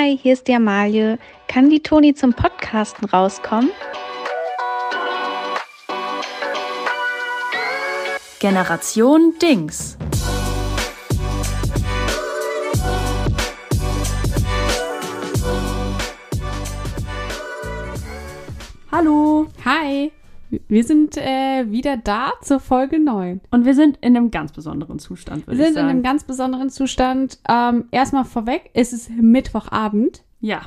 Hi, hier ist die Amalie. Kann die Toni zum Podcasten rauskommen? Generation Dings. Hallo. Hi. Wir sind wieder da zur Folge 9. Und wir sind in einem ganz besonderen Zustand, würde ich sagen. Wir sind in einem ganz besonderen Zustand. Erstmal vorweg, es ist Mittwochabend. Ja.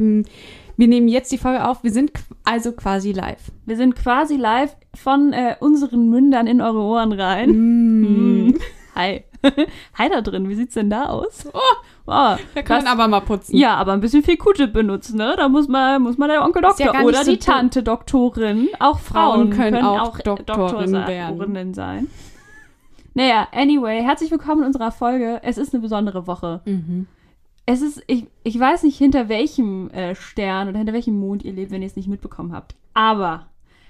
Wir nehmen jetzt die Folge auf. Wir sind also quasi live. Wir sind quasi live von unseren Mündern in eure Ohren rein. Hi. Hi da drin, wie sieht's denn da aus? Oh, wow. Da kann man aber mal putzen. Ja, aber ein bisschen viel Q-Tip benutzen, ne? Da muss man der Onkel Doktor ja oder so die Tante Doktorin. Auch Frauen können auch Doktorinnen sein. Naja, anyway, herzlich willkommen in unserer Folge. Es ist eine besondere Woche. Mhm. Es ist, ich weiß nicht, hinter welchem Stern oder hinter welchem Mond ihr lebt, wenn ihr es nicht mitbekommen habt. Aber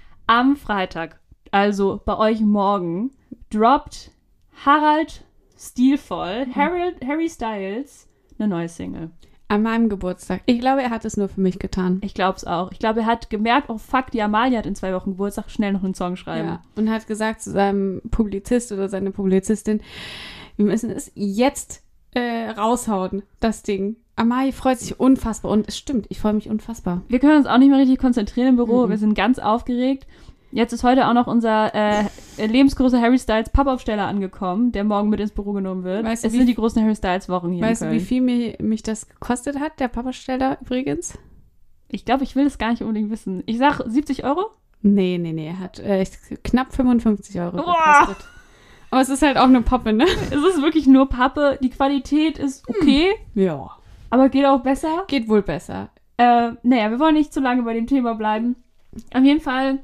am Freitag, also bei euch morgen, droppt Harald stilvoll, Harry Styles, eine neue Single. An meinem Geburtstag. Ich glaube, er hat es nur für mich getan. Ich glaube es auch. Ich glaube, er hat gemerkt, oh fuck, die Amalie hat in 2 Wochen Geburtstag, schnell noch einen Song schreiben. Ja. Und hat gesagt zu seinem Publizist oder seine Publizistin, wir müssen es jetzt raushauen, das Ding. Amalie freut sich unfassbar und es stimmt, ich freue mich unfassbar. Wir können uns auch nicht mehr richtig konzentrieren im Büro, wir sind ganz aufgeregt. Jetzt ist heute auch noch unser lebensgroßer Harry Styles Pappaufsteller angekommen, der morgen mit ins Büro genommen wird. Weißt du, es sind die großen Harry Styles Wochen hier Weißt in du, Köln. wie viel mich das gekostet hat, der Pappaufsteller übrigens? Ich glaube, ich will es gar nicht unbedingt wissen. Ich sag 70 Euro? Nee, er hat knapp 55 Euro gekostet. Aber es ist halt auch eine Pappe, ne? Es ist wirklich nur Pappe. Die Qualität ist okay, Ja. aber geht auch besser. Geht wohl besser. Naja, wir wollen nicht zu lange bei dem Thema bleiben. Auf jeden Fall,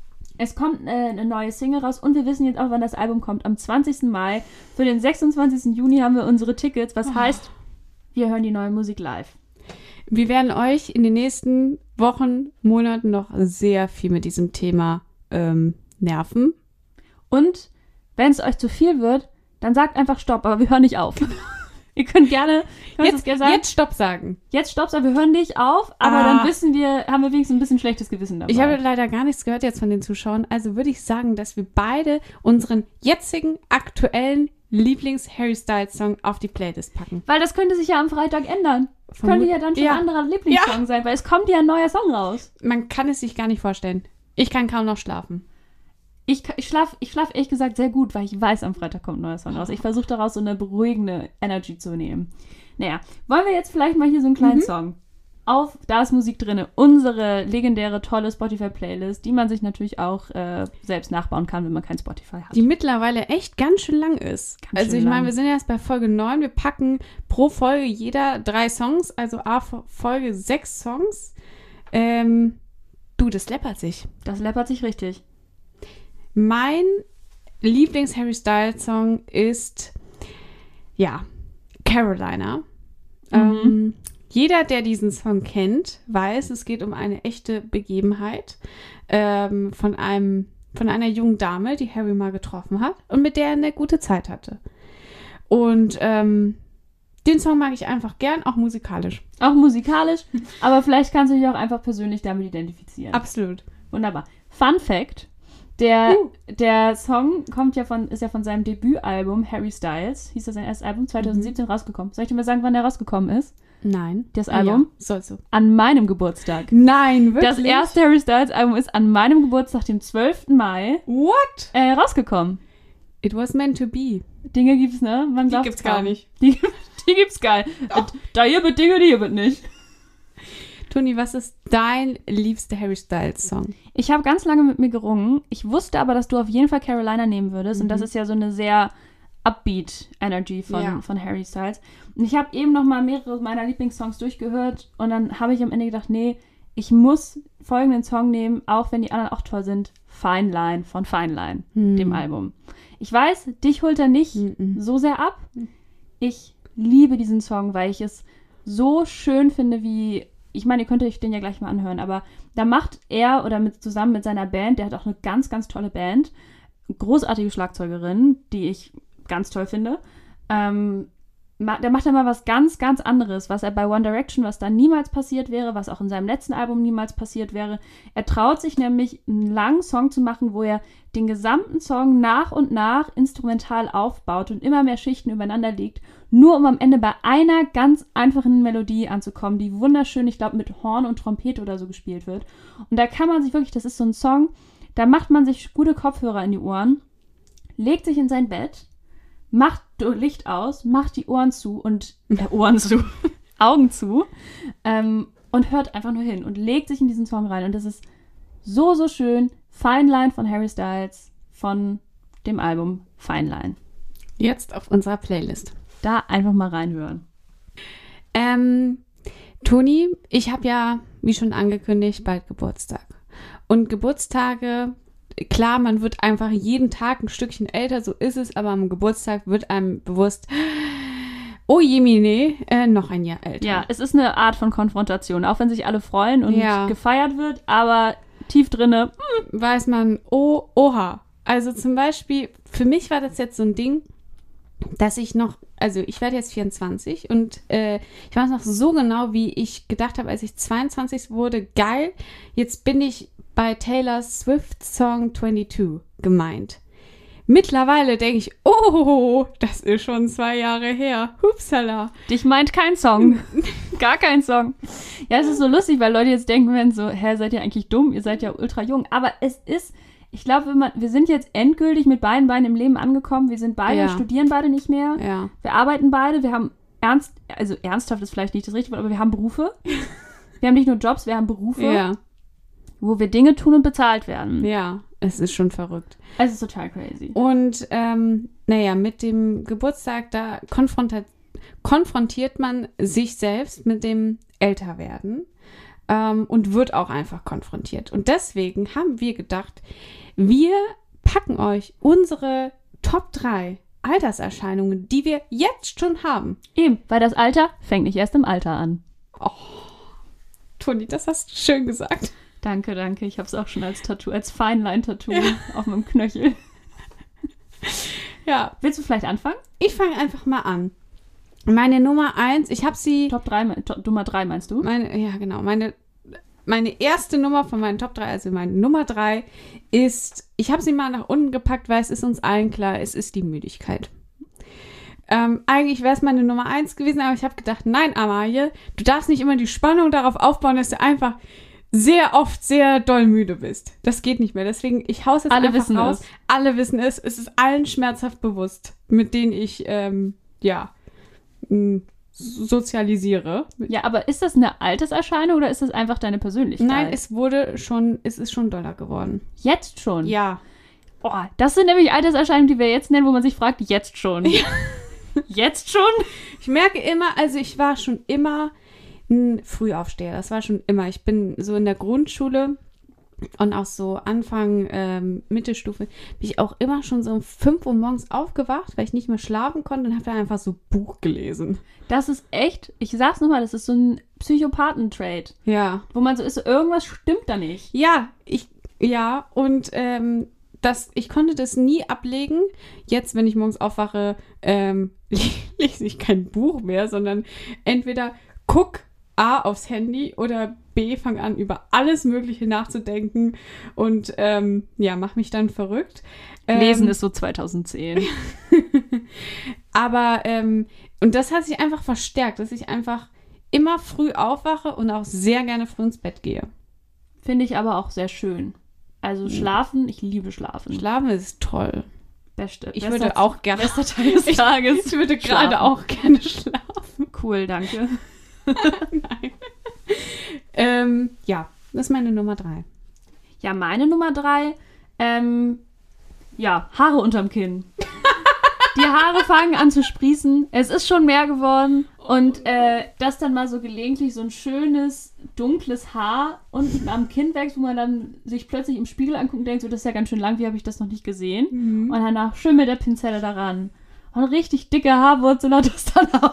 es kommt eine neue Single raus und wir wissen jetzt auch, wann das Album kommt. Am 20. Mai. Für den 26. Juni haben wir unsere Tickets, was heißt, wir hören die neue Musik live. Wir werden euch in den nächsten Wochen, Monaten noch sehr viel mit diesem Thema nerven. Und wenn es euch zu viel wird, dann sagt einfach Stopp, aber wir hören nicht auf. Ihr könnt gerne sagen. Jetzt Stopp sagen. Jetzt Stopp sagen, wir hören nicht auf, aber dann haben wir wenigstens ein bisschen schlechtes Gewissen dabei. Ich habe leider gar nichts gehört jetzt von den Zuschauern, also würde ich sagen, dass wir beide unseren jetzigen, aktuellen Lieblings-Harry Styles-Song auf die Playlist packen. Weil das könnte sich ja am Freitag ändern. Könnte ja dann schon ein anderer Lieblingssong sein, weil es kommt ja ein neuer Song raus. Man kann es sich gar nicht vorstellen. Ich kann kaum noch schlafen. Ich schlaf ehrlich gesagt sehr gut, weil ich weiß, am Freitag kommt ein neuer Song raus. Ich versuche daraus so eine beruhigende Energy zu nehmen. Naja, wollen wir jetzt vielleicht mal hier so einen kleinen Song da ist Musik drin, unsere legendäre, tolle Spotify-Playlist, die man sich natürlich auch selbst nachbauen kann, wenn man kein Spotify hat. Die mittlerweile echt ganz schön lang ist. Also ich meine, wir sind erst bei Folge 9, wir packen pro Folge jeder 3 Songs, also Folge 6 Songs. Das läppert sich. Das läppert sich richtig. Mein Lieblings-Harry Styles-Song ist, Carolina. Jeder, der diesen Song kennt, weiß, es geht um eine echte Begebenheit von einer jungen Dame, die Harry mal getroffen hat und mit der er eine gute Zeit hatte. Und den Song mag ich einfach gern, auch musikalisch. Auch musikalisch, aber vielleicht kannst du dich auch einfach persönlich damit identifizieren. Absolut. Wunderbar. Fun Fact: Der Song ist ja von seinem Debütalbum Harry Styles, hieß das sein erstes Album, 2017 rausgekommen. Soll ich dir mal sagen, wann der rausgekommen ist? Nein. Das Album? Ja, sollst du. An meinem Geburtstag. Nein, wirklich? Das erste Harry Styles Album ist an meinem Geburtstag, dem 12. Mai, What? rausgekommen. It was meant to be. Dinge gibt's, ne? Man Die gibt's gar nicht. Die gibt's gar nicht. Da hier wird Dinge, die hier wird nicht. Toni, was ist dein liebster Harry Styles Song? Ich habe ganz lange mit mir gerungen. Ich wusste aber, dass du auf jeden Fall Carolina nehmen würdest. Und das ist ja so eine sehr upbeat Energy von Harry Styles. Und ich habe eben noch mal mehrere meiner Lieblingssongs durchgehört. Und dann habe ich am Ende gedacht, nee, ich muss folgenden Song nehmen, auch wenn die anderen auch toll sind. Fine Line von Fine Line, dem Album. Ich weiß, dich holt er nicht so sehr ab. Ich liebe diesen Song, weil ich es so schön finde, wie... Ich meine, ihr könnt euch den ja gleich mal anhören, aber da macht er zusammen mit seiner Band, der hat auch eine ganz, ganz tolle Band, großartige Schlagzeugerin, die ich ganz toll finde, der macht dann mal was ganz, ganz anderes, was er bei One Direction, was da niemals passiert wäre, was auch in seinem letzten Album niemals passiert wäre. Er traut sich nämlich, einen langen Song zu machen, wo er den gesamten Song nach und nach instrumental aufbaut und immer mehr Schichten übereinander legt, nur um am Ende bei einer ganz einfachen Melodie anzukommen, die wunderschön, ich glaube, mit Horn und Trompete oder so gespielt wird. Und da kann man sich wirklich, das ist so ein Song, da macht man sich gute Kopfhörer in die Ohren, legt sich in sein Bett, macht Licht aus, macht die Augen zu und hört einfach nur hin und legt sich in diesen Song rein. Und das ist so, so schön. Fine Line von Harry Styles von dem Album Fine Line. Jetzt auf unserer Playlist. Da einfach mal reinhören. Toni, ich habe ja, wie schon angekündigt, bald Geburtstag. Und Geburtstage, klar, man wird einfach jeden Tag ein Stückchen älter, so ist es, aber am Geburtstag wird einem bewusst, oh jemine, noch ein Jahr älter. Ja, es ist eine Art von Konfrontation, auch wenn sich alle freuen und gefeiert wird, aber tief drinne weiß man, oha. Also zum Beispiel, für mich war das jetzt so ein Ding, dass ich noch, also ich werde jetzt 24 und ich weiß noch so genau, wie ich gedacht habe, als ich 22 wurde, geil, jetzt bin ich bei Taylor Swift's Song 22 gemeint. Mittlerweile denke ich, oh, das ist schon 2 Jahre her. Hupsala. Dich meint kein Song. Gar kein Song. Ja, es ist so lustig, weil Leute jetzt denken werden so, seid ihr eigentlich dumm? Ihr seid ja ultra jung. Aber es ist, ich glaube, wir sind jetzt endgültig mit beiden Beinen im Leben angekommen. Wir sind beide, studieren beide nicht mehr. Ja. Wir arbeiten beide. Wir haben ernsthaft ist vielleicht nicht das richtige Wort, aber wir haben Berufe. Wir haben nicht nur Jobs, wir haben Berufe, wo wir Dinge tun und bezahlt werden. Ja, es ist schon verrückt. Es ist total crazy. Und mit dem Geburtstag, da konfrontiert man sich selbst mit dem Älterwerden und wird auch einfach konfrontiert. Und deswegen haben wir gedacht, wir packen euch unsere Top 3 Alterserscheinungen, die wir jetzt schon haben. Eben, weil das Alter fängt nicht erst im Alter an. Oh, Toni, das hast du schön gesagt. Danke. Ich habe es auch schon als Tattoo, als Feinlein-Tattoo auf meinem Knöchel. Ja. Willst du vielleicht anfangen? Ich fange einfach mal an. Meine Nummer 1, ich habe sie... Nummer 3 meinst du? Meine erste Nummer von meinen Top 3, also meine Nummer 3 ist, ich habe sie mal nach unten gepackt, weil es ist uns allen klar, es ist die Müdigkeit. Eigentlich wäre es meine Nummer 1 gewesen, aber ich habe gedacht, nein, Amalie, du darfst nicht immer die Spannung darauf aufbauen, dass du einfach sehr oft sehr doll müde bist. Das geht nicht mehr. Deswegen, ich hau's jetzt einfach raus. Alle wissen es. Es ist allen schmerzhaft bewusst, mit denen ich, sozialisiere. Ja, aber ist das eine Alterserscheinung oder ist das einfach deine Persönlichkeit? Nein, es ist schon doller geworden. Jetzt schon? Ja. Boah, das sind nämlich Alterserscheinungen, die wir jetzt nennen, wo man sich fragt, jetzt schon. Ja. Jetzt schon? Ich merke immer, also ich war schon immer ein Frühaufsteher. Das war schon immer. Ich bin so in der Grundschule und auch so Anfang Mittelstufe bin ich auch immer schon so um 5 Uhr morgens aufgewacht, weil ich nicht mehr schlafen konnte und habe dann einfach so Buch gelesen. Das ist echt, ich sag's nochmal, das ist so ein Psychopathen-Trait. Ja. Wo man so ist, so irgendwas stimmt da nicht. Ja, ich konnte das nie ablegen. Jetzt, wenn ich morgens aufwache, lese ich kein Buch mehr, sondern entweder guck A aufs Handy oder B fang an, über alles Mögliche nachzudenken und mach mich dann verrückt. Lesen ist so 2010. Aber und das hat sich einfach verstärkt, dass ich einfach immer früh aufwache und auch sehr gerne früh ins Bett gehe. Finde ich aber auch sehr schön. Also schlafen, ich liebe Schlafen. Schlafen ist toll. Ich würde auch gerne. Bester Teil des Tages. Ich würde gerade auch gerne schlafen. Cool, danke. Nein. Das ist meine Nummer 3. Ja, meine Nummer 3, Haare unterm Kinn. Die Haare fangen an zu sprießen. Es ist schon mehr geworden. Und das dann mal so gelegentlich so ein schönes, dunkles Haar unten am Kinn wächst, wo man dann sich plötzlich im Spiegel anguckt und denkt, so, das ist ja ganz schön lang, wie habe ich das noch nicht gesehen? Mhm. Und danach schön mit der Pinzette daran. Und richtig dicke Haarwurzel hat das dann auch.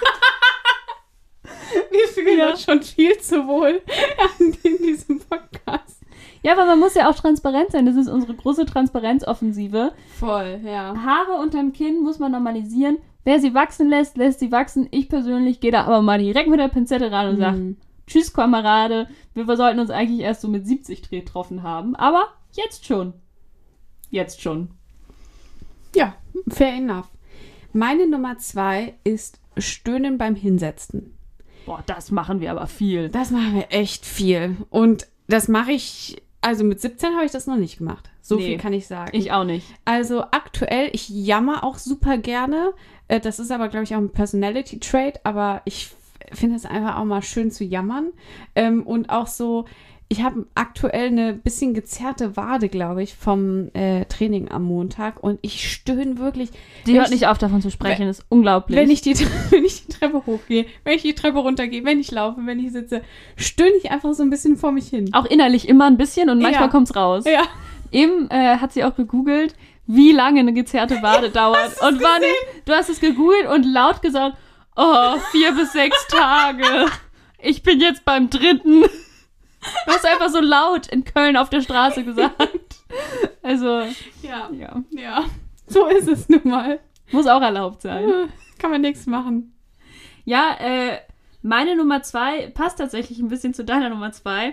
Wir fühlen das schon viel zu wohl in diesem Podcast. Ja, aber man muss ja auch transparent sein. Das ist unsere große Transparenzoffensive. Voll, ja. Haare unterm Kinn muss man normalisieren. wer sie wachsen lässt, lässt sie wachsen. Ich persönlich gehe da aber mal direkt mit der Pinzette ran und sage, tschüss, Kamerade, wir sollten uns eigentlich erst so mit 70 getroffen haben. Aber jetzt schon. Jetzt schon. Ja, fair enough. Meine Nummer 2 ist Stöhnen beim Hinsetzen. Boah, das machen wir aber viel. Das machen wir echt viel. Und das mache ich, also mit 17 habe ich das noch nicht gemacht. So viel kann ich sagen. Ich auch nicht. Also aktuell, ich jammer auch super gerne. Das ist aber, glaube ich, auch ein Personality-Trait. Aber ich finde es einfach auch mal schön zu jammern. Und auch so, ich habe aktuell eine bisschen gezerrte Wade, glaube ich, vom Training am Montag. Und ich stöhne wirklich. Die hört nicht auf, davon zu sprechen. Das ist unglaublich. Wenn ich die Treppe hochgehe, wenn ich die Treppe runtergehe, wenn ich laufe, wenn ich sitze, stöhne ich einfach so ein bisschen vor mich hin. Auch innerlich immer ein bisschen und manchmal kommt's raus. Ja. Eben hat sie auch gegoogelt, wie lange eine gezerrte Wade dauert. Und du hast es gegoogelt und laut gesagt, 4 bis 6 Tage. Ich bin jetzt beim 3. Du hast einfach so laut in Köln auf der Straße gesagt. Also, ja. So ist es nun mal. Muss auch erlaubt sein. Kann man nichts machen. Ja, meine Nummer 2 passt tatsächlich ein bisschen zu deiner Nummer 2.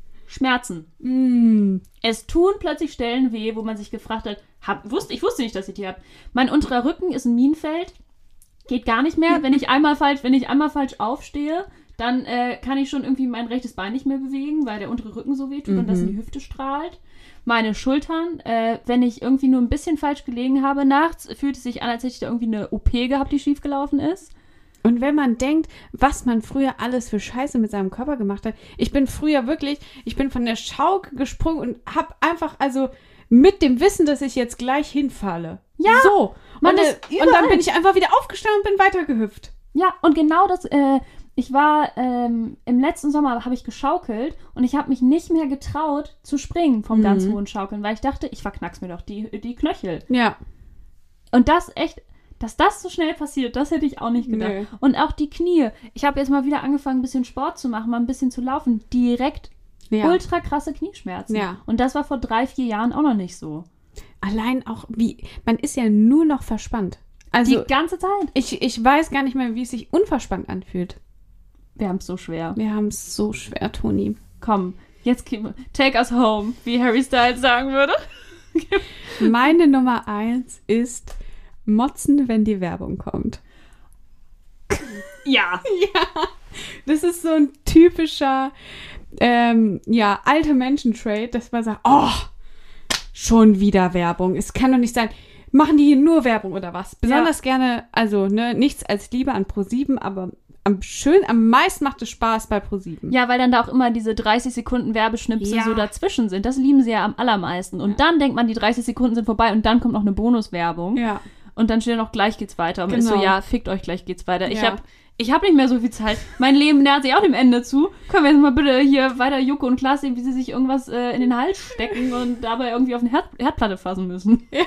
Schmerzen. Es tun plötzlich Stellen weh, wo man sich gefragt hat, ich wusste nicht, dass ich die habe. Mein unterer Rücken ist ein Minenfeld. Geht gar nicht mehr. Wenn ich einmal falsch aufstehe, dann kann ich schon irgendwie mein rechtes Bein nicht mehr bewegen, weil der untere Rücken so weh tut und das in die Hüfte strahlt. Meine Schultern, wenn ich irgendwie nur ein bisschen falsch gelegen habe nachts, fühlt es sich an, als hätte ich da irgendwie eine OP gehabt, die schief gelaufen ist. Und wenn man denkt, was man früher alles für Scheiße mit seinem Körper gemacht hat. Ich bin von der Schaukel gesprungen und habe einfach, also mit dem Wissen, dass ich jetzt gleich hinfalle. Ja, so. Und dann bin ich einfach wieder aufgestanden und bin weitergehüpft. Ja, und genau das, ich war, im letzten Sommer habe ich geschaukelt und ich habe mich nicht mehr getraut zu springen vom ganz hohen Schaukeln, weil ich dachte, ich verknack's mir doch die Knöchel. Ja. Und das echt, dass das so schnell passiert, das hätte ich auch nicht gedacht. Nee. Und auch die Knie. Ich habe jetzt mal wieder angefangen, ein bisschen Sport zu machen, mal ein bisschen zu laufen. Direkt ultra krasse Knieschmerzen. Ja. Und das war vor 3-4 Jahren auch noch nicht so. Allein auch, man ist ja nur noch verspannt. Also, die ganze Zeit. Ich weiß gar nicht mehr, wie es sich unverspannt anfühlt. Wir haben es so schwer. Wir haben es so schwer, Toni. Komm, jetzt take us home, wie Harry Styles sagen würde. Meine Nummer 1 ist Motzen, wenn die Werbung kommt. Ja. Ja. Das ist so ein typischer, alte Menschen-Trait, dass man sagt, schon wieder Werbung. Es kann doch nicht sein. Machen die hier nur Werbung oder was? Besonders gerne, also nichts als Liebe an ProSieben, aber am meisten macht es Spaß bei ProSieben. Ja, weil dann da auch immer diese 30 Sekunden Werbeschnipsel so dazwischen sind. Das lieben sie ja am allermeisten. Und dann denkt man, die 30 Sekunden sind vorbei und dann kommt noch eine Bonuswerbung. Ja. Und dann steht noch, gleich geht's weiter. Und man ist so, fickt euch, gleich geht's weiter. Ja. Ich hab nicht mehr so viel Zeit. Mein Leben nähert sich auch dem Ende zu. Können wir jetzt mal bitte hier weiter Joko und Klaas sehen, wie sie sich irgendwas in den Hals stecken und dabei irgendwie auf eine Herdplatte fassen müssen. Ja.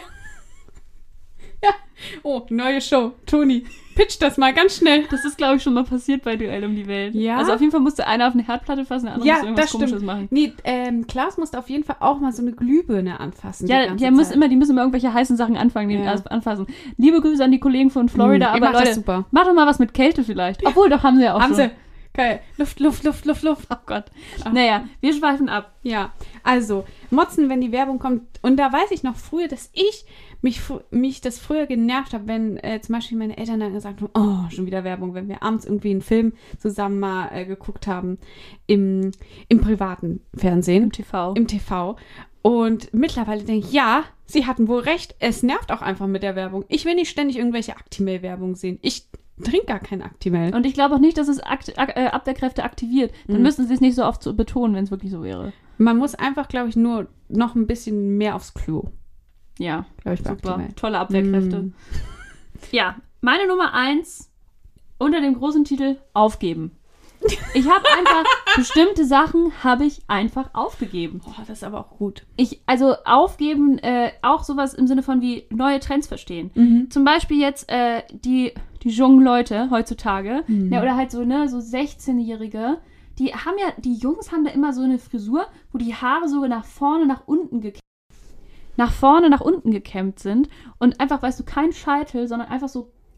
Ja. Oh, neue Show. Toni, pitch das mal ganz schnell. Das ist, glaube ich, schon mal passiert bei Duell um die Welt. Ja. Also auf jeden Fall musste einer auf eine Herdplatte fassen, der andere musste irgendwas Komisches machen. Nee, Klaas musste auf jeden Fall auch mal so eine Glühbirne anfassen. Ja, die müssen immer irgendwelche heißen Sachen anfassen. Liebe Grüße an die Kollegen von Florida, aber Leute, super. Mach doch mal was mit Kälte vielleicht. Obwohl, doch haben sie ja auch schon. Sie. Geil. Luft. Oh Gott. Naja, wir schweifen ab. Ja, also, Motzen, wenn die Werbung kommt. Und da weiß ich noch früher, dass mich das früher genervt habe, wenn zum Beispiel meine Eltern dann gesagt haben, schon wieder Werbung, wenn wir abends irgendwie einen Film zusammen mal geguckt haben im privaten Fernsehen. Im TV. Und mittlerweile denke ich, ja, sie hatten wohl recht, es nervt auch einfach mit der Werbung. Ich will nicht ständig irgendwelche Actimel-Werbung sehen. Ich trinke gar kein Actimel. Und ich glaube auch nicht, dass es Abwehrkräfte aktiviert. Dann müssten sie es nicht so oft betonen, wenn es wirklich so wäre. Man muss einfach, glaube ich, nur noch ein bisschen mehr aufs Klo. Ja, glaube ich, super. Actimel. Tolle Abwehrkräfte. Ja, meine Nummer 1 unter dem großen Titel Aufgeben. Ich habe einfach, bestimmte Sachen habe ich einfach aufgegeben. Oh, das ist aber auch gut. Also aufgeben, auch sowas im Sinne von wie neue Trends verstehen. Zum Beispiel jetzt die jungen Leute heutzutage, ja, oder halt so 16-Jährige, die Jungs haben da immer so eine Frisur, wo die Haare so nach vorne, nach unten gekämmt sind und einfach, weißt du, kein Scheitel, sondern einfach so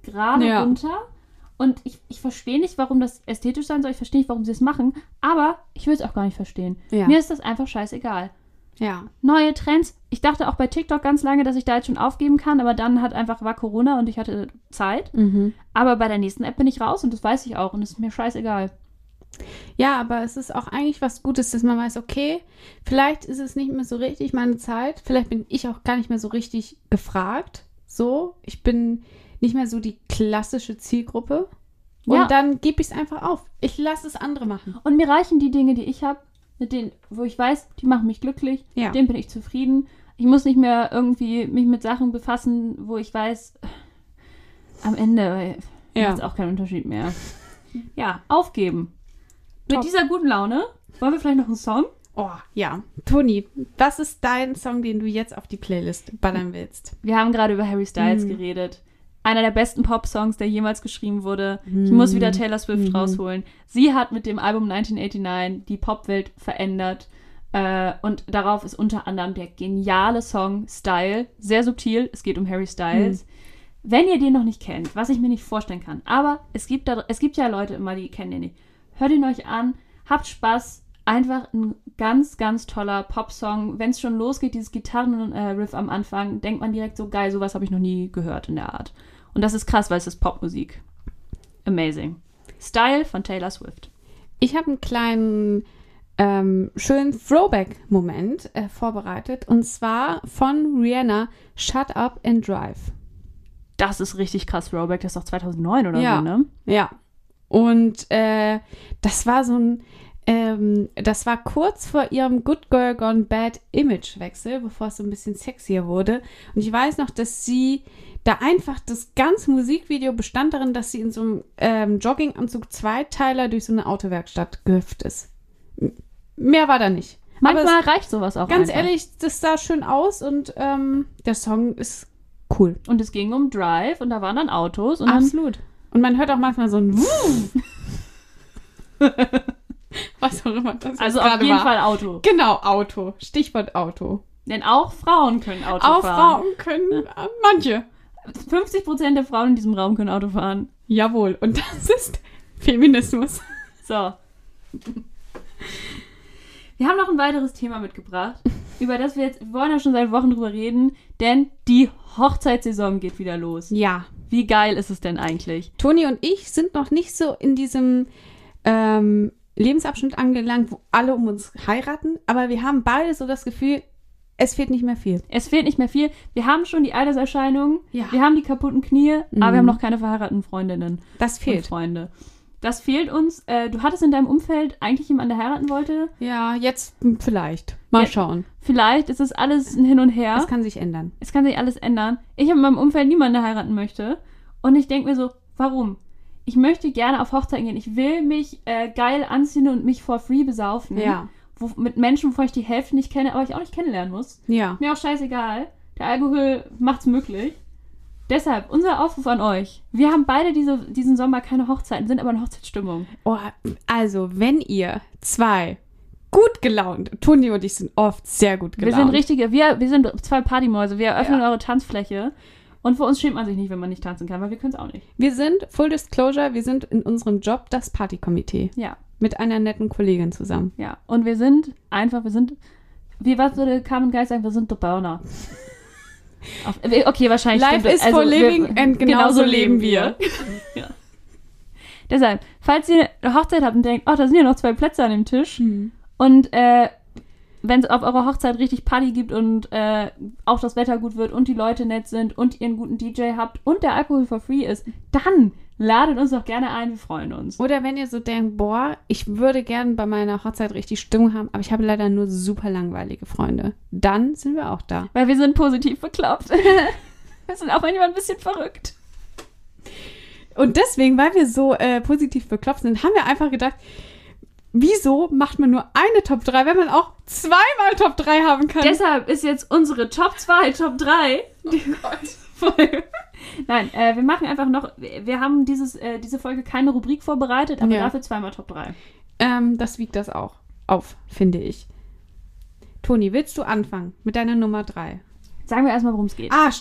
gerade runter. Und ich verstehe nicht, warum das ästhetisch sein soll. Ich verstehe nicht, warum sie es machen. Aber ich will es auch gar nicht verstehen. Ja. Mir ist das einfach scheißegal. Ja. Neue Trends. Ich dachte auch bei TikTok ganz lange, dass ich da jetzt schon aufgeben kann. Aber dann war Corona und ich hatte Zeit. Aber bei der nächsten App bin ich raus und das weiß ich auch. Und es ist mir scheißegal. Ja, aber es ist auch eigentlich was Gutes, dass man weiß, okay, vielleicht ist es nicht mehr so richtig meine Zeit. Vielleicht bin ich auch gar nicht mehr so richtig gefragt. So, ich bin nicht mehr so die klassische Zielgruppe. Und dann gebe ich es einfach auf. Ich lasse es andere machen. Und mir reichen die Dinge, die ich habe, mit denen, wo ich weiß, die machen mich glücklich. Mit denen bin ich zufrieden. Ich muss nicht mehr irgendwie mich mit Sachen befassen, wo ich weiß, am Ende macht es auch keinen Unterschied mehr. Ja, aufgeben. Top. Mit dieser guten Laune wollen wir vielleicht noch einen Song? Oh, ja. Toni, was ist dein Song, den du jetzt auf die Playlist ballern willst? Wir haben gerade über Harry Styles geredet. Einer der besten Pop-Songs, der jemals geschrieben wurde. Ich muss wieder Taylor Swift rausholen. Sie hat mit dem Album 1989 die Popwelt verändert. Und darauf ist unter anderem der geniale Song Style. Sehr subtil. Es geht um Harry Styles. Wenn ihr den noch nicht kennt, was ich mir nicht vorstellen kann, aber es gibt ja Leute immer, die kennen den nicht. Hört ihn euch an, habt Spaß. Einfach ein ganz, ganz toller Popsong. Wenn es schon losgeht, dieses Gitarrenriff am Anfang, denkt man direkt so, geil, sowas habe ich noch nie gehört in der Art. Und das ist krass, weil es ist Popmusik. Amazing. Style von Taylor Swift. Ich habe einen kleinen, schönen Throwback-Moment vorbereitet. Und zwar von Rihanna, Shut Up and Drive. Das ist richtig krass Throwback. Das ist doch 2009 oder so, ne? Ja. Und das war so ein das war kurz vor ihrem Good Girl Gone Bad Imagewechsel, bevor es so ein bisschen sexier wurde. Und ich weiß noch, dass sie da einfach, das ganze Musikvideo bestand darin, dass sie in so einem Jogginganzug Zweiteiler durch so eine Autowerkstatt gehüpft ist. Mehr war da nicht. Manchmal reicht sowas auch ganz einfach. Ehrlich, das sah schön aus und der Song ist cool. Und es ging um Drive und da waren dann Autos. Und absolut. Und man hört auch manchmal so ein was auch immer das also auf jeden Fall Auto. Genau, Auto. Stichwort Auto. Denn auch Frauen können Auto fahren. Auch Frauen können, manche. 50% der Frauen in diesem Raum können Auto fahren. Jawohl, und das ist Feminismus. So. Wir haben noch ein weiteres Thema mitgebracht, über das wir wollen ja schon seit Wochen drüber reden, denn die Hochzeitssaison geht wieder los. Ja. Wie geil ist es denn eigentlich? Toni und ich sind noch nicht so in diesem Lebensabschnitt angelangt, wo alle um uns heiraten, aber wir haben beide so das Gefühl, es fehlt nicht mehr viel. Es fehlt nicht mehr viel. Wir haben schon die Alterserscheinungen, ja. Wir haben die kaputten Knie, aber wir haben noch keine verheirateten Freundinnen. Das fehlt. Und Freunde. Das fehlt uns. Du hattest in deinem Umfeld eigentlich jemanden, der heiraten wollte? Ja, jetzt vielleicht. Mal schauen. Vielleicht ist es alles ein Hin und Her. Es kann sich ändern. Es kann sich alles ändern. Ich habe in meinem Umfeld niemanden, der heiraten möchte. Und ich denke mir so, warum? Ich möchte gerne auf Hochzeiten gehen. Ich will mich geil anziehen und mich for free besaufen. Ja. Mit Menschen, wovon ich die Hälfte nicht kenne, aber ich auch nicht kennenlernen muss. Ja. Mir auch scheißegal. Der Alkohol macht's möglich. Deshalb, unser Aufruf an euch. Wir haben beide diesen Sommer keine Hochzeiten, sind aber in Hochzeitsstimmung. Oh, also, wenn ihr zwei gut gelaunt, Toni und ich sind oft sehr gut gelaunt. Wir sind zwei Partymäuse. Wir eröffnen eure Tanzfläche. Und für uns schämt man sich nicht, wenn man nicht tanzen kann, weil wir können es auch nicht. Wir sind, Full Disclosure, wir sind in unserem Job das Partykomitee. Ja. Mit einer netten Kollegin zusammen. Ja. Und was würde Carmen Geist sagen? Wir sind the Burner. Okay, wahrscheinlich Life stimmt. is for living and genauso leben wir. Ja. Deshalb, falls ihr eine Hochzeit habt und denkt, da sind ja noch 2 Plätze an dem Tisch und wenn es auf eurer Hochzeit richtig Party gibt und auch das Wetter gut wird und die Leute nett sind und ihr einen guten DJ habt und der Alkohol for free ist, dann ladet uns doch gerne ein, wir freuen uns. Oder wenn ihr so denkt, ich würde gerne bei meiner Hochzeit richtig Stimmung haben, aber ich habe leider nur super langweilige Freunde. Dann sind wir auch da. Weil wir sind positiv bekloppt. Wir sind auch manchmal ein bisschen verrückt. Und deswegen, weil wir so positiv bekloppt sind, haben wir einfach gedacht, wieso macht man nur eine Top 3, wenn man auch zweimal Top 3 haben kann? Deshalb ist jetzt unsere Top 2, Top 3. Oh Gott. Nein, wir machen einfach noch, wir haben diese Folge keine Rubrik vorbereitet, aber dafür zweimal Top 3. Das wiegt das auch auf, finde ich. Toni, willst du anfangen mit deiner Nummer 3? Sagen wir erstmal, worum es geht. Stimmt.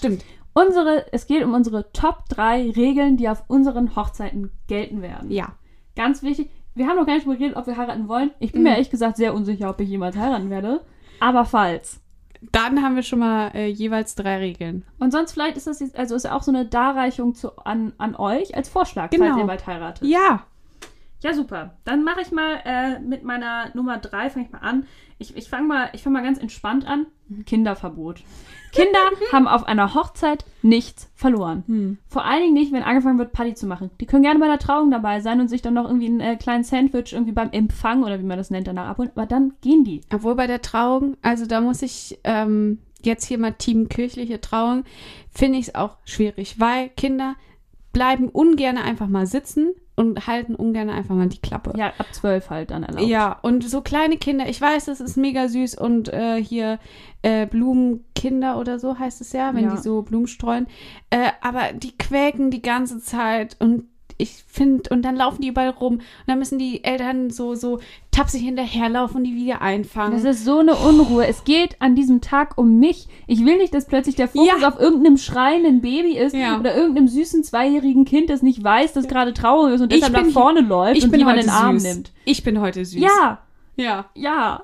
Es geht um unsere Top 3 Regeln, die auf unseren Hochzeiten gelten werden. Ja. Ganz wichtig. Wir haben noch gar nicht darüber geredet, ob wir heiraten wollen. Ich bin mir ehrlich gesagt sehr unsicher, ob ich jemals heiraten werde. Aber falls. Dann haben wir schon mal jeweils 3 Regeln. Und sonst vielleicht ist das jetzt, also ist auch so eine Darreichung an euch als Vorschlag, Genau. falls ihr bald heiratet. Ja. Ja, super. Dann mache ich mal mit meiner Nummer 3, fange ich mal an. Ich fange mal ganz entspannt an. Kinderverbot. Kinder haben auf einer Hochzeit nichts verloren. Vor allen Dingen nicht, wenn angefangen wird, Party zu machen. Die können gerne bei der Trauung dabei sein und sich dann noch irgendwie einen kleinen Sandwich irgendwie beim Empfang oder wie man das nennt, danach abholen. Aber dann gehen die. Obwohl bei der Trauung, also da muss ich jetzt hier mal Team kirchliche Trauung, finde ich es auch schwierig, weil Kinder bleiben ungern einfach mal sitzen und halten ungern einfach mal die Klappe. Ja, ab 12 halt dann erlaubt. Ja, und so kleine Kinder, ich weiß, das ist mega süß und hier Blumenkinder oder so heißt es ja, wenn die so Blumen streuen. Aber die quäken die ganze Zeit und ich finde, und dann laufen die überall rum und dann müssen die Eltern so tapsig hinterherlaufen und die wieder einfangen. Das ist so eine Unruhe. Es geht an diesem Tag um mich. Ich will nicht, dass plötzlich der Fokus auf irgendeinem schreienden Baby ist oder irgendeinem süßen 2-jährigen Kind, das nicht weiß, dass gerade traurig ist und deshalb nach vorne läuft und jemand in den Arm nimmt. Ich bin heute süß. Ja. Ja.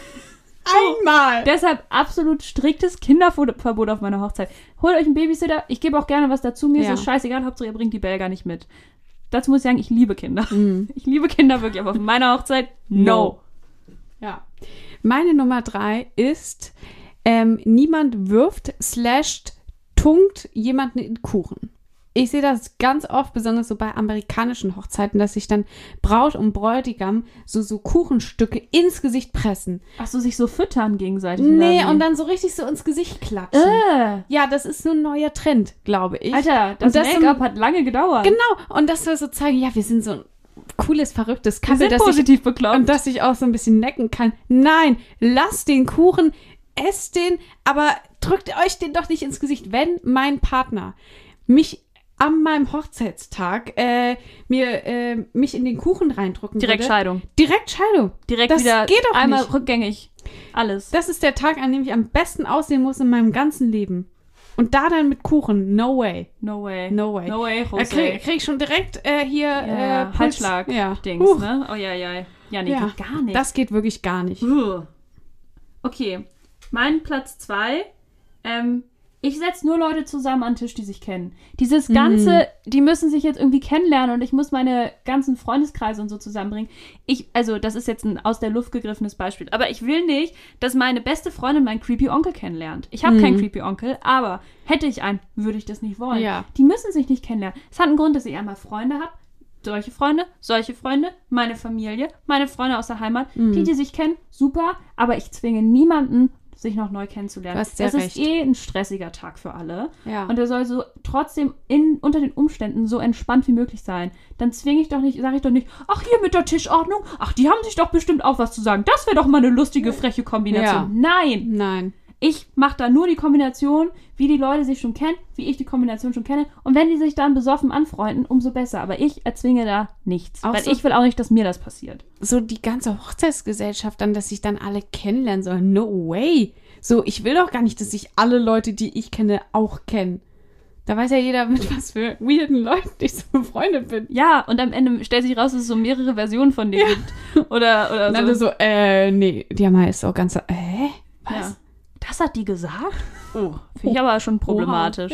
Einmal. Deshalb absolut striktes Kinderverbot auf meiner Hochzeit. Holt euch einen Babysitter. Ich gebe auch gerne was dazu. Mir ist es scheißegal. Hauptsache, ihr bringt die Belger nicht mit. Dazu muss ich sagen, ich liebe Kinder. Ich liebe Kinder wirklich, aber auf meiner Hochzeit, no. Ja. Meine Nummer 3 ist, niemand wirft / tunkt jemanden in Kuchen. Ich sehe das ganz oft, besonders so bei amerikanischen Hochzeiten, dass sich dann Braut und Bräutigam so Kuchenstücke ins Gesicht pressen. Ach so, sich so füttern gegenseitig. Nee, und dann so richtig so ins Gesicht klatschen. Ja, das ist so ein neuer Trend, glaube ich. Alter, das Make-up hat lange gedauert. Genau, und das soll so zeigen, ja, wir sind so ein cooles, verrücktes Couple, das positiv bekloppt. Und dass ich auch so ein bisschen necken kann. Nein, lasst den Kuchen, esst den, aber drückt euch den doch nicht ins Gesicht. Wenn mein Partner mich an meinem Hochzeitstag mich in den Kuchen reindrücken würde. Scheidung. Direkt Scheidung. Direkt das wieder geht doch einmal nicht. Rückgängig. Alles. Das ist der Tag, an dem ich am besten aussehen muss in meinem ganzen Leben. Und da dann mit Kuchen. No way. No way. No way. No way, Jose. Krieg ich schon direkt Halsschlag. Dings, ne? Oh ja. Ja, nee, geht gar nicht. Das geht wirklich gar nicht. Okay. Mein Platz 2. Ich setze nur Leute zusammen an den Tisch, die sich kennen. Dieses Ganze, die müssen sich jetzt irgendwie kennenlernen und ich muss meine ganzen Freundeskreise und so zusammenbringen. Also das ist jetzt ein aus der Luft gegriffenes Beispiel, aber ich will nicht, dass meine beste Freundin meinen Creepy Onkel kennenlernt. Ich habe keinen Creepy Onkel, aber hätte ich einen, würde ich das nicht wollen. Ja. Die müssen sich nicht kennenlernen. Es hat einen Grund, dass ich einmal Freunde habe. Solche Freunde, meine Familie, meine Freunde aus der Heimat, die sich kennen, super, aber ich zwinge niemanden, sich noch neu kennenzulernen. Das ist ein stressiger Tag für alle. Ja. Und der soll so trotzdem unter den Umständen so entspannt wie möglich sein. Dann sage ich doch nicht, ach, hier mit der Tischordnung, ach, die haben sich doch bestimmt auch was zu sagen. Das wäre doch mal eine lustige, freche Kombination. Ja. Nein. Ich mache da nur die Kombination, wie die Leute sich schon kennen, wie ich die Kombination schon kenne. Und wenn die sich dann besoffen anfreunden, umso besser. Aber ich erzwinge da nichts. Auch weil ich will auch nicht, dass mir das passiert. So die ganze Hochzeitsgesellschaft dann, dass sich dann alle kennenlernen sollen. No way. So, ich will doch gar nicht, dass sich alle Leute, die ich kenne, auch kennen. Da weiß ja jeder, mit was für weirden Leuten ich so befreundet bin. Ja, und am Ende stellt sich raus, dass es so mehrere Versionen von dir gibt. Oder so. Dann so, nee, die haben halt auch ganz, was? Ja. Das hat die gesagt? Oh, finde ich aber schon problematisch.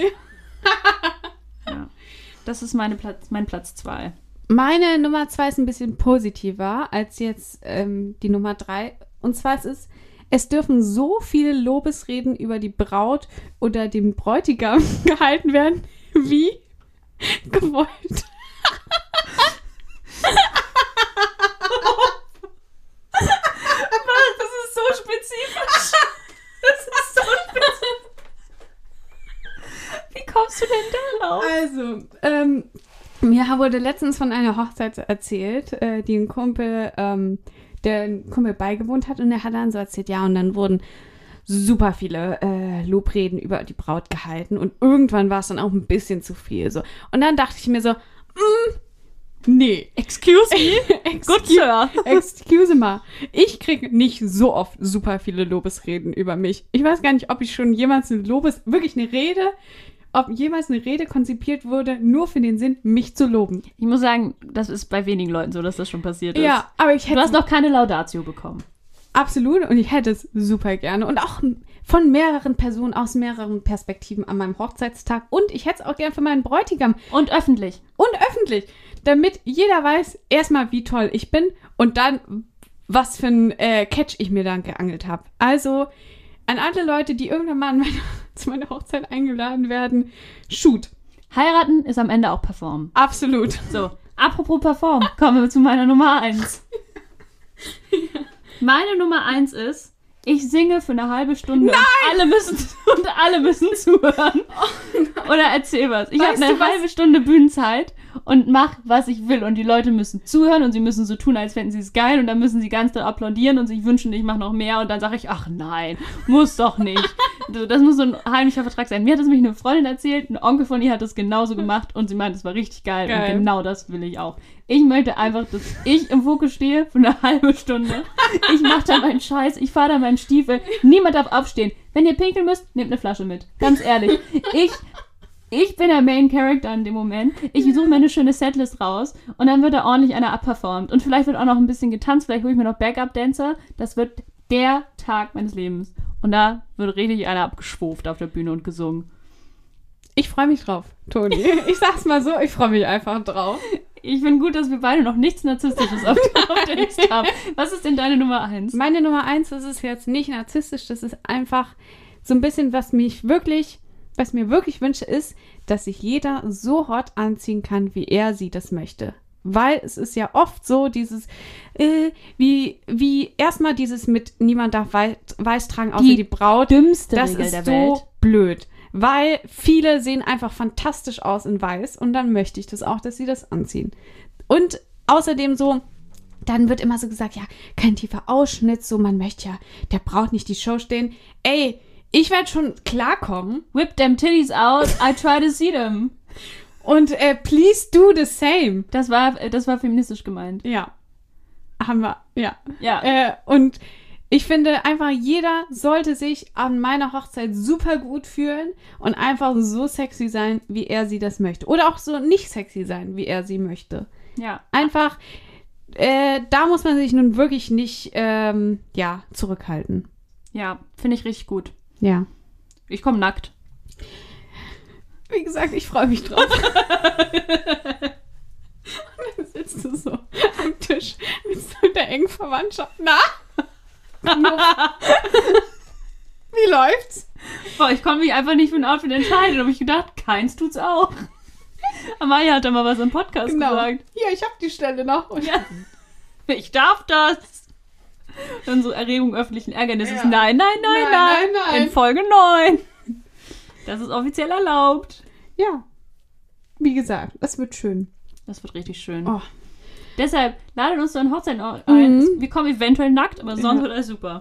Ja. Das ist mein Platz 2. Meine Nummer 2 ist ein bisschen positiver als jetzt die Nummer 3. Und zwar es dürfen so viele Lobesreden über die Braut oder den Bräutigam gehalten werden, wie gewollt. Das ist so spezifisch. Wie kommst du denn da drauf? Also, mir wurde letztens von einer Hochzeit erzählt, die ein Kumpel, der ein Kumpel beigewohnt hat und der hat dann so erzählt, ja, und dann wurden super viele Lobreden über die Braut gehalten und irgendwann war es dann auch ein bisschen zu viel so. Und dann dachte ich mir so, nee. Excuse me? Good Sir. Excuse me. Ich kriege nicht so oft super viele Lobesreden über mich. Ich weiß gar nicht, ob ich schon jemals wirklich eine Rede ob jemals eine Rede konzipiert wurde, nur für den Sinn, mich zu loben. Ich muss sagen, das ist bei wenigen Leuten so, dass das schon passiert ist. Ja, aber ich hätte... Du hast noch keine Laudatio bekommen. Absolut, und ich hätte es super gerne. Und auch von mehreren Personen aus mehreren Perspektiven an meinem Hochzeitstag. Und ich hätte es auch gern für meinen Bräutigam. Und öffentlich. Damit jeder weiß, erstmal, wie toll ich bin und dann, was für ein Catch ich mir dann geangelt habe. Also, an alle Leute, die irgendwann mal zu meiner Hochzeit eingeladen werden, shoot. Heiraten ist am Ende auch performen. Absolut. So, apropos performen, kommen wir zu meiner Nummer 1. Ja. Meine Nummer 1 ist, ich singe für eine halbe Stunde. Nein! Und alle müssen zuhören. Oder erzähl was. Ich habe eine halbe Stunde Bühnenzeit und mach, was ich will. Und die Leute müssen zuhören und sie müssen so tun, als fänden sie es geil. Und dann müssen sie ganz doll applaudieren und sich wünschen, ich mache noch mehr. Und dann sage ich, ach nein, muss doch nicht. Das muss so ein heimlicher Vertrag sein. Mir hat es nämlich eine Freundin erzählt, ein Onkel von ihr hat das genauso gemacht und sie meint, es war richtig geil. Und genau das will ich auch. Ich möchte einfach, dass ich im Fokus stehe für eine halbe Stunde. Ich mache da meinen Scheiß, ich fahre da meinen Stiefel. Niemand darf aufstehen. Wenn ihr pinkeln müsst, nehmt eine Flasche mit. Ganz ehrlich. Ich bin der Main Character in dem Moment. Ich suche mir eine schöne Setlist raus und dann wird da ordentlich einer abperformt. Und vielleicht wird auch noch ein bisschen getanzt, vielleicht hole ich mir noch Backup-Dancer. Das wird der Tag meines Lebens. Und da wird richtig einer abgeschwuft auf der Bühne und gesungen. Ich freue mich drauf, Toni. Ich sag's mal so, ich freue mich einfach drauf. Ich finde gut, dass wir beide noch nichts Narzisstisches auf der Liste haben. Was ist denn deine Nummer 1? Meine Nummer 1, das ist jetzt nicht narzisstisch, das ist einfach so ein bisschen, was mir wirklich wünsche, ist, dass sich jeder so hot anziehen kann, wie er sie das möchte. Weil es ist ja oft so, dieses, wie erstmal dieses mit niemand darf weiß tragen, außer die Braut. Dümmste das Regel ist der so Welt. Blöd. Weil viele sehen einfach fantastisch aus in weiß und dann möchte ich das auch, dass sie das anziehen. Und außerdem so, dann wird immer so gesagt, ja, kein tiefer Ausschnitt, so man möchte ja, der braucht nicht die Show stehen. Ey, ich werde schon klarkommen. Whip them titties out, I try to see them. Und please do the same. Das war feministisch gemeint. Ja. Haben wir, ja. Ja. Und ich finde einfach, jeder sollte sich an meiner Hochzeit super gut fühlen und einfach so sexy sein, wie er sie das möchte. Oder auch so nicht sexy sein, wie er sie möchte. Ja. Einfach, da muss man sich nun wirklich nicht, zurückhalten. Ja, finde ich richtig gut. Ja. Ich komme nackt. Wie gesagt, ich freue mich drauf. Und dann sitzt du so am Tisch mit der engen Verwandtschaft. Na? Wie läuft's? Boah, ich konnte mich einfach nicht für ein Outfit entscheiden. Da habe ich gedacht, keins tut's auch. Amaya hat da mal was im Podcast gesagt. Hier, ich hab die Stelle noch. Und ja. Ich darf das. Dann so Erregung öffentlichen Ärgernisses. Ja. Nein. In Folge 9. Das ist offiziell erlaubt. Ja. Wie gesagt, das wird schön. Das wird richtig schön. Oh. Deshalb ladet uns zu einer Hochzeit ein. Mhm. Wir kommen eventuell nackt, aber sonst wird alles super.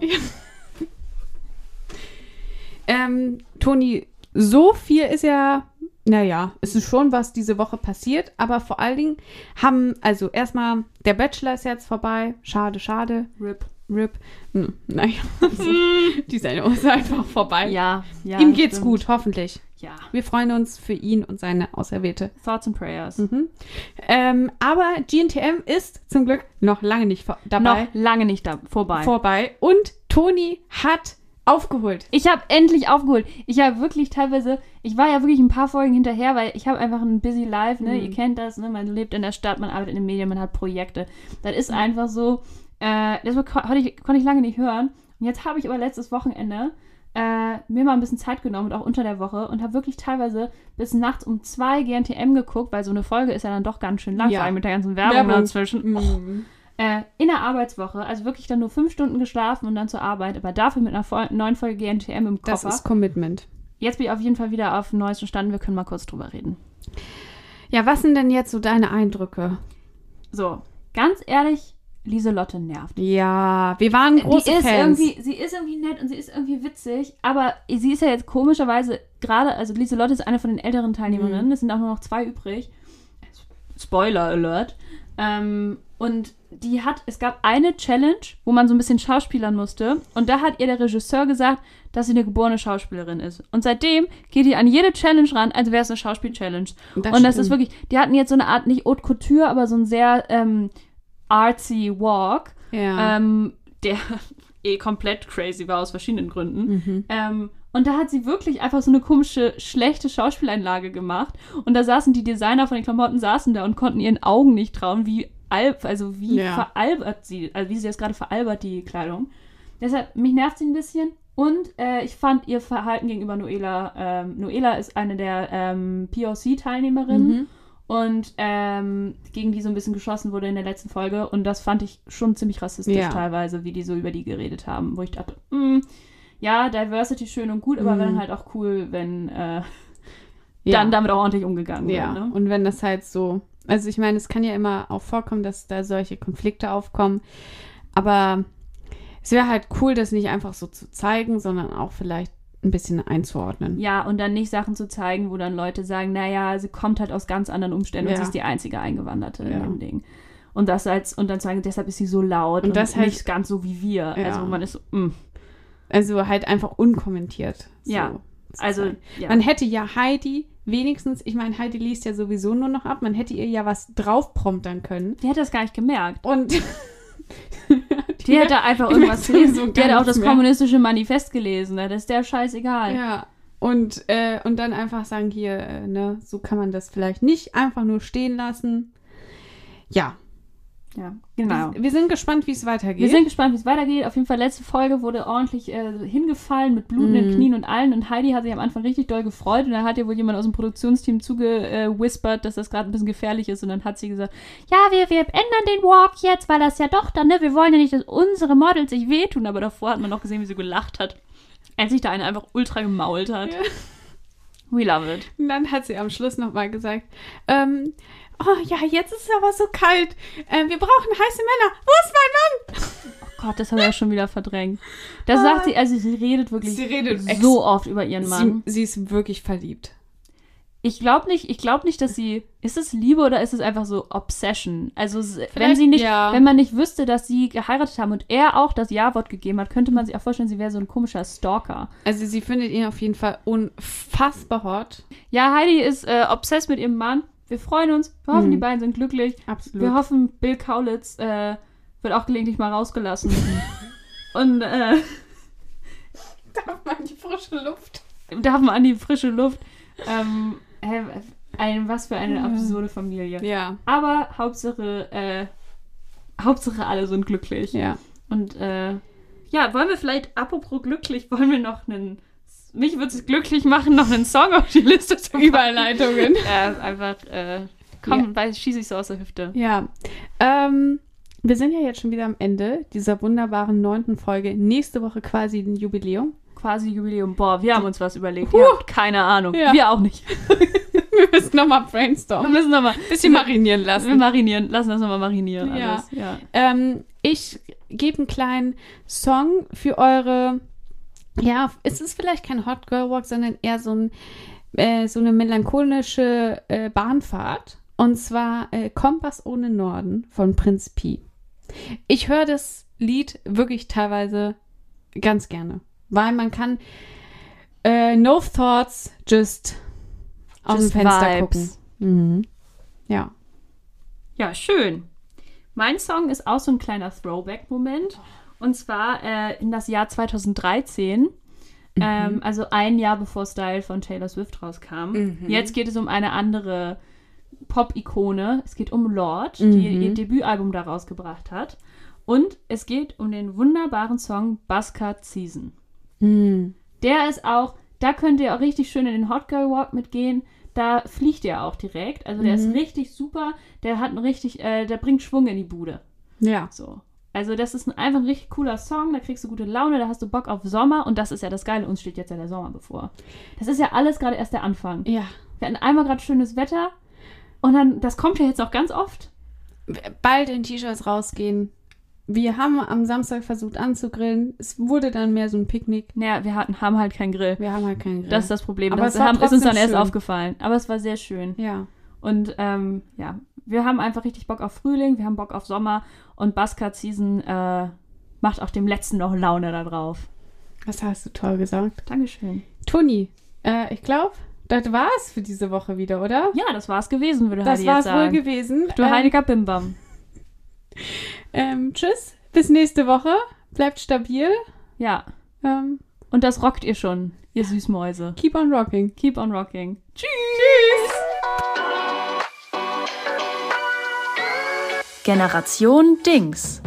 Ja. Toni, so viel ist ja, es ist schon was diese Woche passiert, aber vor allen Dingen erstmal, der Bachelor ist jetzt vorbei. Schade. RIP. Naja, die Sendung ist einfach vorbei. Ja. Ihm geht's gut, hoffentlich. Ja. Wir freuen uns für ihn und seine Auserwählte. Thoughts and Prayers. Mhm. Aber GNTM ist zum Glück noch lange nicht dabei. Noch lange nicht vorbei. Und Toni hat aufgeholt. Ich habe endlich aufgeholt. Ich habe wirklich teilweise, ich war ja wirklich ein paar Folgen hinterher, weil ich habe einfach ein busy life, ne? Ihr kennt das, ne? Man lebt in der Stadt, man arbeitet in den Medien, man hat Projekte. Das ist einfach so, das konnte ich lange nicht hören. Und jetzt habe ich aber letztes Wochenende mir mal ein bisschen Zeit genommen und auch unter der Woche und habe wirklich teilweise bis nachts um 2 GNTM geguckt, weil so eine Folge ist ja dann doch ganz schön lang, vor allem mit der ganzen Werbung dazwischen. Mhm. In der Arbeitswoche, also wirklich dann nur 5 Stunden geschlafen und dann zur Arbeit, aber dafür mit einer neuen Folge GNTM im Koffer. Das ist Commitment. Jetzt bin ich auf jeden Fall wieder auf dem neuesten Stand, wir können mal kurz drüber reden. Ja, was sind denn jetzt so deine Eindrücke? So, ganz ehrlich, Lieselotte nervt. Ja, wir waren große Fans. Sie ist irgendwie nett und sie ist irgendwie witzig, aber sie ist ja jetzt komischerweise also Lieselotte ist eine von den älteren Teilnehmerinnen, es sind auch nur noch 2 übrig. Spoiler Alert. Und es gab eine Challenge, wo man so ein bisschen schauspielern musste. Und da hat ihr der Regisseur gesagt, dass sie eine geborene Schauspielerin ist. Und seitdem geht die an jede Challenge ran, als wäre es eine Schauspiel-Challenge. Und das ist wirklich, die hatten jetzt so eine Art, nicht Haute Couture, aber so ein sehr artsy Walk, der komplett crazy war aus verschiedenen Gründen. Und da hat sie wirklich einfach so eine komische, schlechte Schauspieleinlage gemacht. Und da saßen die Designer von den Klamotten saßen da und konnten ihren Augen nicht trauen, wie veralbert sie, also wie sie jetzt gerade veralbert, die Kleidung. Deshalb, mich nervt sie ein bisschen. Und ich fand ihr Verhalten gegenüber Noela, Noela ist eine der POC-Teilnehmerinnen und gegen die so ein bisschen geschossen wurde in der letzten Folge. Und das fand ich schon ziemlich rassistisch teilweise, wie die so über die geredet haben, wo ich dachte, ja, Diversity schön und gut, aber wäre dann halt auch cool, wenn dann damit auch ordentlich umgegangen wird. Ne? Und wenn das halt so, also ich meine, es kann ja immer auch vorkommen, dass da solche Konflikte aufkommen, aber es wäre halt cool, das nicht einfach so zu zeigen, sondern auch vielleicht ein bisschen einzuordnen. Ja, und dann nicht Sachen zu zeigen, wo dann Leute sagen, naja, sie kommt halt aus ganz anderen Umständen und sie ist die einzige Eingewanderte in dem Ding. Und das und dann sagen, deshalb ist sie so laut und das halt, nicht ganz so wie wir. Ja. Also man ist so, Also halt einfach unkommentiert. So man hätte ja Heidi wenigstens, ich meine, Heidi liest ja sowieso nur noch ab, man hätte ihr ja was draufpromptern können. Die hätte das gar nicht gemerkt. Und die hätte einfach irgendwas gelesen. Die hätte auch das kommunistische Manifest gelesen. Das ist der scheißegal. Ja. Und dann einfach sagen, hier, so kann man das vielleicht nicht einfach nur stehen lassen. Ja. Ja, genau. Wir sind gespannt, wie es weitergeht. Auf jeden Fall, letzte Folge wurde ordentlich hingefallen mit blutenden Knien und allen. Und Heidi hat sich am Anfang richtig doll gefreut. Und dann hat ihr wohl jemand aus dem Produktionsteam zugewhispert, dass das gerade ein bisschen gefährlich ist. Und dann hat sie gesagt, ja, wir ändern den Walk jetzt, weil das ja doch dann, wir wollen ja nicht, dass unsere Models sich wehtun. Aber davor hat man noch gesehen, wie sie gelacht hat. Als sich da eine einfach ultra gemault hat. Ja. We love it. Und dann hat sie am Schluss nochmal gesagt, oh ja, jetzt ist es aber so kalt. Wir brauchen heiße Männer. Wo ist mein Mann? Oh Gott, das habe ich ja schon wieder verdrängt. Das sagt sie, also sie redet wirklich so oft über ihren Mann. Sie ist wirklich verliebt. Ich glaube nicht, dass sie, ist es Liebe oder ist es einfach so Obsession? Also wenn man nicht wüsste, dass sie geheiratet haben und er auch das Ja-Wort gegeben hat, könnte man sich auch vorstellen, sie wäre so ein komischer Stalker. Also sie findet ihn auf jeden Fall unfassbar hot. Ja, Heidi ist obsessed mit ihrem Mann. Wir freuen uns. Wir hoffen, die beiden sind glücklich. Absolut. Wir hoffen, Bill Kaulitz wird auch gelegentlich mal rausgelassen. Und darf man an die frische Luft. Was für eine absurde Familie. Ja. Aber Hauptsache alle sind glücklich. Ja. Und wollen wir vielleicht, apropos glücklich, mich würde es glücklich machen, noch einen Song auf die Liste zu machen. Überleitungen. Schieße ich so aus der Hüfte. Ja. Wir sind ja jetzt schon wieder am Ende dieser wunderbaren 9. Folge. Nächste Woche quasi ein Jubiläum. Boah, wir haben uns was überlegt. Ihr habt keine Ahnung. Ja. Wir auch nicht. Wir müssen nochmal brainstormen. Wir müssen nochmal ein bisschen marinieren lassen. Lassen das nochmal marinieren. Ja. Alles. Ja. Ich gebe einen kleinen Song für eure... Ja, es ist vielleicht kein Hot Girl Walk, sondern eher so eine melancholische Bahnfahrt. Und zwar Kompass ohne Norden von Prinz Pi. Ich höre das Lied wirklich teilweise ganz gerne. Weil man kann no thoughts, just aus dem Fenster Vibes. gucken. Mhm. Ja. Ja, schön. Mein Song ist auch so ein kleiner Throwback-Moment. Und zwar in das Jahr 2013, also ein Jahr bevor Style von Taylor Swift rauskam. Jetzt geht es um eine andere Pop-Ikone. Es geht um Lorde, die ihr Debütalbum da rausgebracht hat. Und es geht um den wunderbaren Song Buzzcut Season. Der ist auch, da könnt ihr auch richtig schön in den Hot Girl Walk mitgehen. Da fliegt ihr auch direkt. Also der ist richtig super. Der hat der bringt Schwung in die Bude. Ja. So. Also das ist einfach ein richtig cooler Song, da kriegst du gute Laune, da hast du Bock auf Sommer und das ist ja das Geile, uns steht jetzt ja der Sommer bevor. Das ist ja alles gerade erst der Anfang. Ja. Wir hatten einmal gerade schönes Wetter und dann, das kommt ja jetzt auch ganz oft. Bald in T-Shirts rausgehen. Wir haben am Samstag versucht anzugrillen, es wurde dann mehr so ein Picknick. Naja, wir haben halt keinen Grill. Das ist das Problem, aber ist uns dann erst aufgefallen. Aber es war sehr schön. Ja. Und wir haben einfach richtig Bock auf Frühling, wir haben Bock auf Sommer und Buzzcut Season macht auch dem Letzten noch Laune da drauf. Das hast du toll gesagt. Dankeschön. Toni, ich glaube, das war's für diese Woche wieder, oder? Ja, das war's gewesen, würde das Heidi jetzt sagen. Das war's wohl gewesen. Du heiliger Bimbam. Tschüss, bis nächste Woche. Bleibt stabil. Ja. Und das rockt ihr schon, ihr Süßmäuse. Keep on rocking. Keep on rocking. Tschüss. Generation Dings.